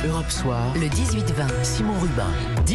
Europe Soir, le 18-20, Simon Rubin.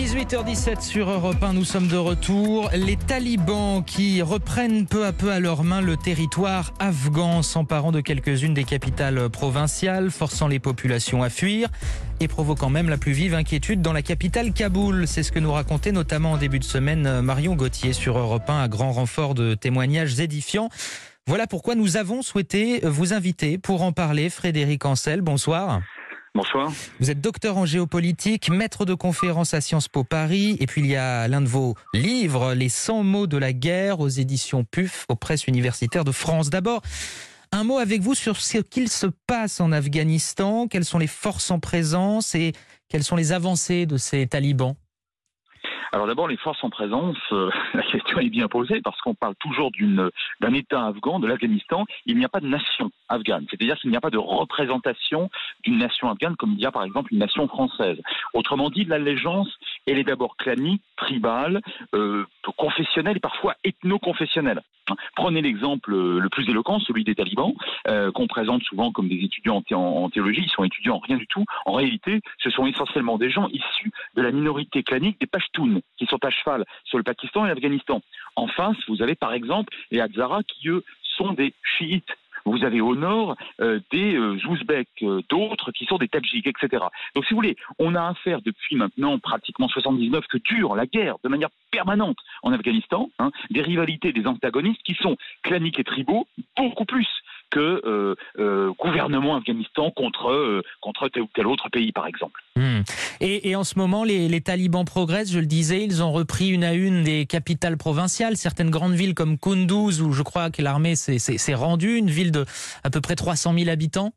18h17 sur Europe 1, nous sommes de retour. Les talibans qui reprennent peu à peu à leur main le territoire afghan, s'emparant de quelques-unes des capitales provinciales, forçant les populations à fuir et provoquant même la plus vive inquiétude dans la capitale Kaboul. C'est ce que nous racontait notamment en début de semaine Marion Gauthier sur Europe 1 à grand renfort de témoignages édifiants. Voilà pourquoi nous avons souhaité vous inviter pour en parler. Frédéric Ancel, bonsoir. Bonsoir. Vous êtes docteur en géopolitique, maître de conférences à Sciences Po Paris, et puis il y a l'un de vos livres, Les 100 mots de la guerre, aux éditions PUF, aux presses universitaires de France. D'abord, un mot avec vous sur ce qu'il se passe en Afghanistan, quelles sont les forces en présence et quelles sont les avancées de ces talibans. Alors d'abord, les forces en présence, la question est bien posée parce qu'on parle toujours d'un État afghan, de l'Afghanistan. Il n'y a pas de nation afghane, c'est-à-dire qu'il n'y a pas de représentation d'une nation afghane comme il y a par exemple une nation française. Autrement dit, l'allégeance, elle est d'abord clanique, tribale, confessionnelle et parfois ethno-confessionnelle. Prenez l'exemple le plus éloquent, celui des talibans, qu'on présente souvent comme des étudiants en théologie. Ils sont étudiants en rien du tout. En réalité, ce sont essentiellement des gens issus de la minorité clanique des Pashtuns, qui sont à cheval sur le Pakistan et l'Afghanistan. En face, vous avez par exemple les Hazaras qui, eux, sont des chiites. Vous avez au nord des Ouzbeks, d'autres qui sont des Tadjiks, etc. Donc si vous voulez, on a affaire depuis maintenant pratiquement 79 que dure la guerre de manière permanente en Afghanistan, des rivalités, des antagonistes qui sont claniques et tribaux, beaucoup plus que gouvernement Afghanistan contre tel ou tel autre pays, par exemple. Et en ce moment, les talibans progressent, je le disais, ils ont repris une à une des capitales provinciales, certaines grandes villes comme Kunduz, où je crois que l'armée s'est rendue, une ville de à peu près 300 000 habitants.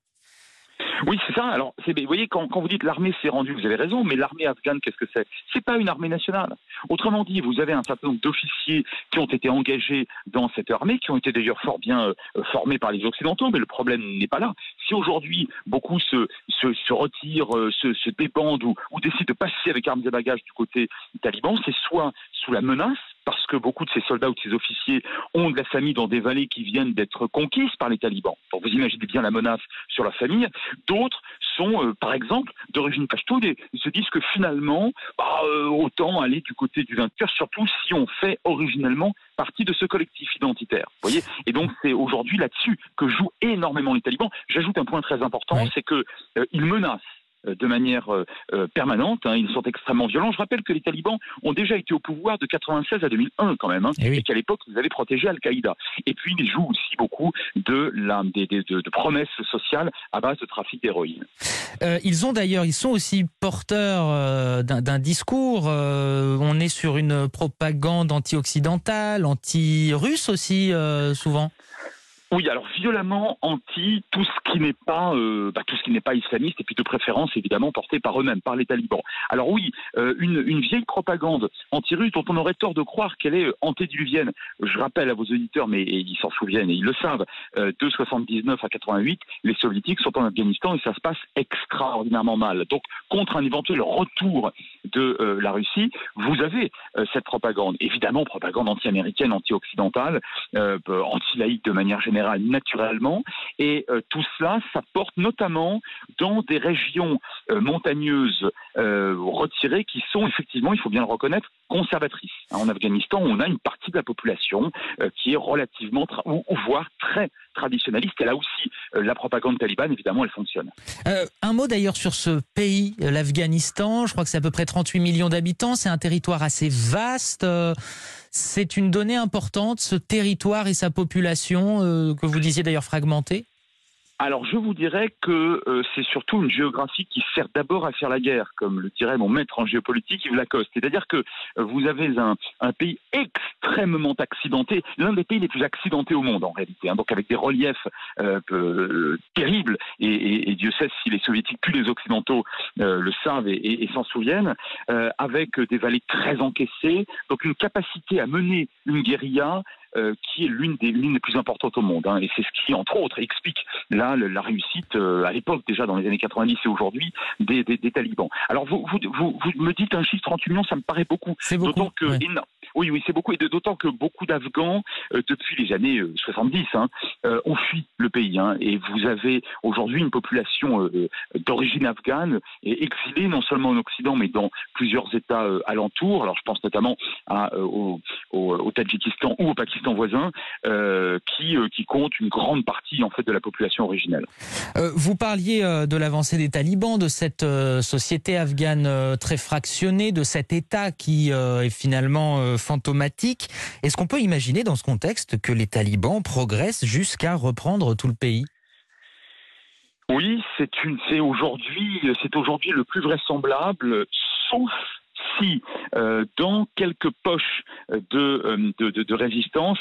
Oui, c'est ça. Alors, vous voyez, quand vous dites l'armée s'est rendue, vous avez raison, mais l'armée afghane, qu'est-ce que c'est ? C'est pas une armée nationale. Autrement dit, vous avez un certain nombre d'officiers qui ont été engagés dans cette armée, qui ont été d'ailleurs fort bien formés par les Occidentaux, mais le problème n'est pas là. Si aujourd'hui, beaucoup se retirent, se débandent ou décident de passer avec armes et bagages du côté taliban, c'est soit sous la menace, parce que beaucoup de ces soldats ou de ces officiers ont de la famille dans des vallées qui viennent d'être conquises par les talibans. Donc vous imaginez bien la menace sur la famille. D'autres sont, par exemple, d'origine pachtoune et ils se disent que finalement, autant aller du côté du vainqueur, surtout si on fait originellement partie de ce collectif identitaire. Vous voyez ? Et donc c'est aujourd'hui là-dessus que jouent énormément les talibans. J'ajoute un point très important, c'est que ils menacent de manière permanente, ils sont extrêmement violents. Je rappelle que les talibans ont déjà été au pouvoir de 96 à 2001 quand même, et qu'à l'époque, ils avaient protégé Al-Qaïda. Et puis, ils jouent aussi beaucoup de promesses sociales à base de trafic d'héroïne. Ils sont aussi porteurs d'un discours. On est sur une propagande anti-occidentale, anti-russe aussi, souvent. Oui, alors violemment anti tout ce qui n'est pas islamiste et puis de préférence évidemment porté par eux-mêmes, par les talibans. Alors oui, une vieille propagande anti-russe dont on aurait tort de croire qu'elle est antédiluvienne. Je rappelle à vos auditeurs, mais ils s'en souviennent et ils le savent, de 79 à 88, les soviétiques sont en Afghanistan et ça se passe extraordinairement mal. Donc contre un éventuel retour de la Russie, vous avez cette propagande. Évidemment, propagande anti-américaine, anti-occidentale, anti-laïque de manière générale, naturellement, et tout cela, ça porte notamment dans des régions montagneuses retirées qui sont effectivement, il faut bien le reconnaître, conservatrices. En Afghanistan, on a une partie de la population qui est relativement, voire très traditionnaliste, et là aussi, la propagande talibane, évidemment, elle fonctionne. Un mot d'ailleurs sur ce pays, l'Afghanistan, je crois que c'est à peu près 38 millions d'habitants, c'est un territoire assez vaste. C'est une donnée importante, ce territoire et sa population, que vous disiez d'ailleurs fragmentée. Alors je vous dirais que c'est surtout une géographie qui sert d'abord à faire la guerre, comme le dirait mon maître en géopolitique Yves Lacoste. C'est-à-dire que vous avez un pays extrêmement accidenté, l'un des pays les plus accidentés au monde en réalité, donc avec des reliefs terribles, et Dieu sait si les soviétiques puis les occidentaux le savent et s'en souviennent, avec des vallées très encaissées, donc une capacité à mener une guérilla qui est l'une des plus importantes au monde. Et c'est ce qui, entre autres, explique là la réussite, à l'époque déjà dans les années 90 et aujourd'hui, des talibans. Alors vous me dites un chiffre 38 millions, ça me paraît beaucoup. C'est beaucoup. D'autant que, Oui, oui, c'est beaucoup, et d'autant que beaucoup d'Afghans, depuis les années 70, ont fui le pays. Et vous avez aujourd'hui une population d'origine afghane et exilée non seulement en Occident, mais dans plusieurs États alentours. Alors je pense notamment au Tadjikistan ou au Pakistan voisin, qui compte une grande partie en fait de la population originelle. Vous parliez de l'avancée des talibans, de cette société afghane très fractionnée, de cet État qui est finalement fantomatique. Est-ce qu'on peut imaginer dans ce contexte que les talibans progressent jusqu'à reprendre tout le pays ? Oui, c'est aujourd'hui le plus vraisemblable, sauf si dans quelques poches de résistance,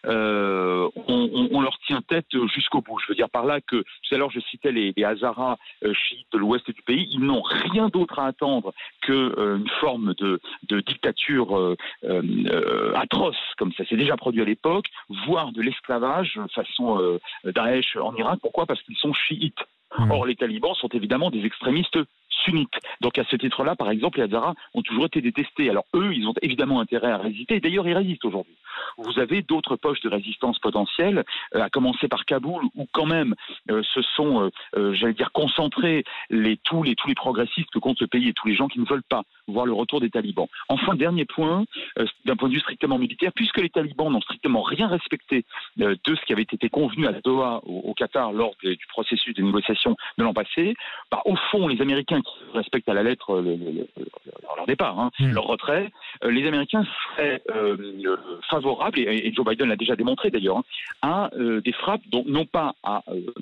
on leur tient tête jusqu'au bout. Je veux dire par là que tout à l'heure je citais les Hazaras chiites de l'ouest du pays. Ils n'ont rien d'autre à attendre qu'une forme de dictature atroce, comme ça s'est déjà produit à l'époque, voire de l'esclavage façon Daesh en Irak. Pourquoi ? Parce qu'ils sont chiites. Or, les talibans sont évidemment des extrémistes sunnites. Donc, à ce titre-là, par exemple, les Hazaras ont toujours été détestés. Alors, eux, ils ont évidemment intérêt à résister. D'ailleurs, ils résistent aujourd'hui. Vous avez d'autres poches de résistance potentielles, à commencer par Kaboul, où quand même se sont, concentrés tous les progressistes que compte le pays et tous les gens qui ne veulent pas voir le retour des talibans. Enfin, dernier point, d'un point de vue strictement militaire, puisque les talibans n'ont strictement rien respecté de ce qui avait été convenu à Doha, au Qatar, lors du processus de négociation de l'an passé, au fond, les Américains qui respectent à la lettre leur départ, leur retrait, les Américains seraient favorables, et Joe Biden l'a déjà démontré d'ailleurs, à des frappes, donc non pas à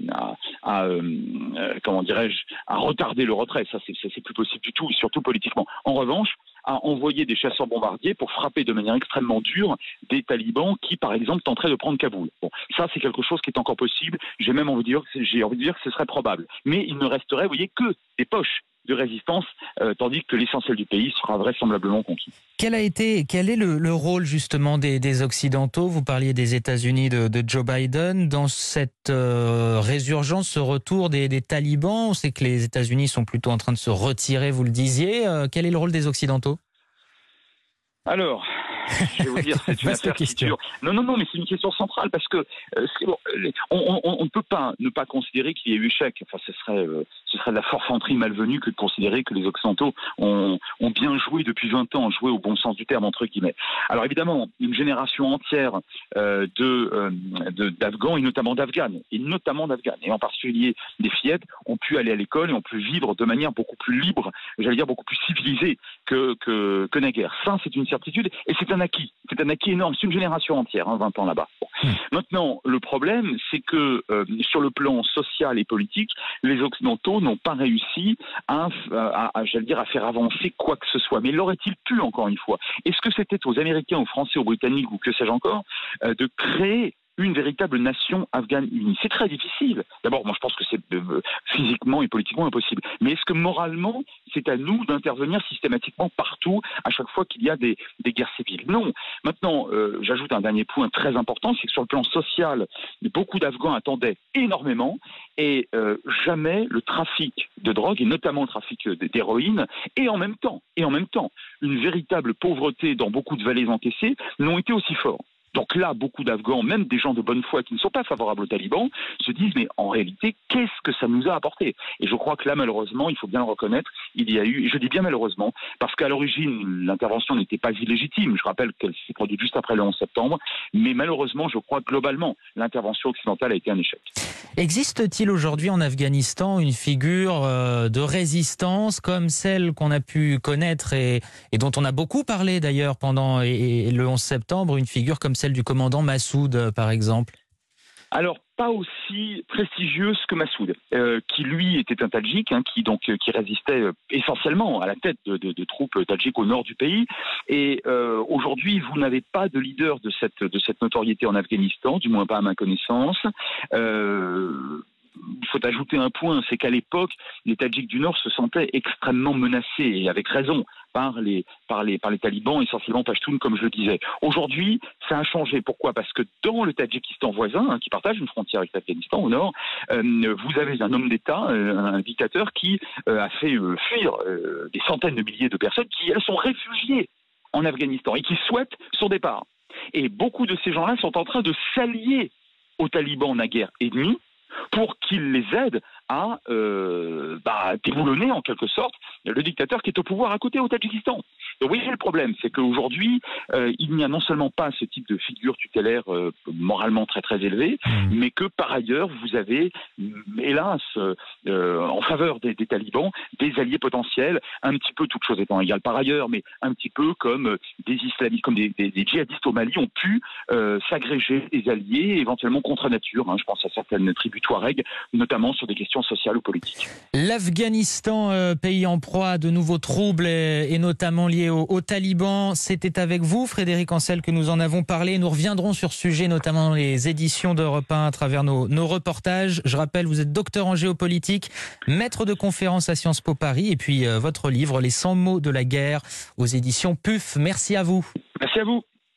retarder le retrait, ça c'est plus possible du tout, surtout politiquement. En revanche, à envoyer des chasseurs bombardiers pour frapper de manière extrêmement dure des talibans qui, par exemple, tenteraient de prendre Kaboul. Bon, ça, c'est quelque chose qui est encore possible. J'ai envie de dire que ce serait probable. Mais il ne resterait, vous voyez, que des poches de résistance, tandis que l'essentiel du pays sera vraisemblablement conquis. Quel est le rôle justement des Occidentaux ? Vous parliez des États-Unis de Joe Biden dans cette résurgence, ce retour des talibans. On sait que les États-Unis sont plutôt en train de se retirer, vous le disiez. Quel est le rôle des Occidentaux ? Alors, je vais vous dire, c'est une affaire qui dure. Non, mais c'est une question centrale parce que on ne peut pas ne pas considérer qu'il y a eu échec. Enfin, ce serait de la forfanterie malvenue que de considérer que les Occidentaux ont bien joué depuis 20 ans, joué au bon sens du terme, entre guillemets. Alors évidemment, une génération entière d'Afghans et notamment d'Afghanes, et en particulier des fillettes, ont pu aller à l'école et ont pu vivre de manière beaucoup plus libre, j'allais dire beaucoup plus civilisée que naguère. Ça, c'est une certitude et c'est un acquis énorme. C'est une génération entière, 20 ans là-bas. Bon. Maintenant, le problème, c'est que sur le plan social et politique, les Occidentaux n'ont pas réussi à faire avancer quoi que ce soit. Mais l'aurait-il pu, encore une fois ? Est-ce que c'était aux Américains, aux Français, aux Britanniques ou que sais-je encore, de créer une véritable nation afghane unie? C'est très difficile. D'abord, moi je pense que c'est physiquement et politiquement impossible. Mais est-ce que moralement, c'est à nous d'intervenir systématiquement partout, à chaque fois qu'il y a des guerres civiles? Non. Maintenant, j'ajoute un dernier point très important, c'est que sur le plan social, beaucoup d'Afghans attendaient énormément et jamais le trafic de drogue, et notamment le trafic d'héroïne, et en même temps, une véritable pauvreté dans beaucoup de vallées encaissées, n'ont été aussi forts. Donc là, beaucoup d'Afghans, même des gens de bonne foi qui ne sont pas favorables aux talibans, se disent mais en réalité, qu'est-ce que ça nous a apporté ? Et je crois que là, malheureusement, il faut bien le reconnaître, il y a eu, et je dis bien malheureusement, parce qu'à l'origine, l'intervention n'était pas illégitime. Je rappelle qu'elle s'est produite juste après le 11 septembre, mais malheureusement, je crois que globalement, l'intervention occidentale a été un échec. Existe-t-il aujourd'hui en Afghanistan une figure de résistance comme celle qu'on a pu connaître et dont on a beaucoup parlé d'ailleurs pendant le 11 septembre, une figure comme celle du commandant Massoud, par exemple? Alors, pas aussi prestigieuse que Massoud, qui lui était un Tadjik, qui résistait essentiellement à la tête de troupes tadjiques au nord du pays. Et aujourd'hui, vous n'avez pas de leader de cette notoriété en Afghanistan, du moins pas à ma connaissance. Il faut ajouter un point, c'est qu'à l'époque, les Tadjiks du Nord se sentaient extrêmement menacés, et avec raison, par les talibans, essentiellement Pashtun, comme je le disais. Aujourd'hui, ça a changé. Pourquoi ? Parce que dans le Tadjikistan voisin, qui partage une frontière avec l'Afghanistan au nord, vous avez un homme d'État, un dictateur, qui a fait fuir des centaines de milliers de personnes qui, elles, sont réfugiées en Afghanistan et qui souhaitent son départ. Et beaucoup de ces gens-là sont en train de s'allier aux talibans naguère ennemis pour qu'ils les aident à déboulonner en quelque sorte le dictateur qui est au pouvoir à côté au Tadjikistan. Donc vous voyez le problème, c'est qu'aujourd'hui, il n'y a non seulement pas ce type de figure tutélaire moralement très très élevée, mais que par ailleurs vous avez, hélas, en faveur des talibans, des alliés potentiels, un petit peu toutes choses étant égales par ailleurs, mais un petit peu comme des islamistes, comme des djihadistes au Mali ont pu s'agréger des alliés éventuellement contre nature. Je pense à certaines tribus touareg, notamment sur des questions sociales ou politiques. L'Afghanistan, pays en proie à de nouveaux troubles et notamment liés aux talibans, c'était avec vous, Frédéric Ancel, que nous en avons parlé. Nous reviendrons sur ce sujet, notamment dans les éditions d'Europe 1 à travers nos reportages. Je rappelle, vous êtes docteur en géopolitique, maître de conférence à Sciences Po Paris et puis votre livre « Les 100 mots de la guerre » aux éditions PUF. Merci à vous. Merci à vous.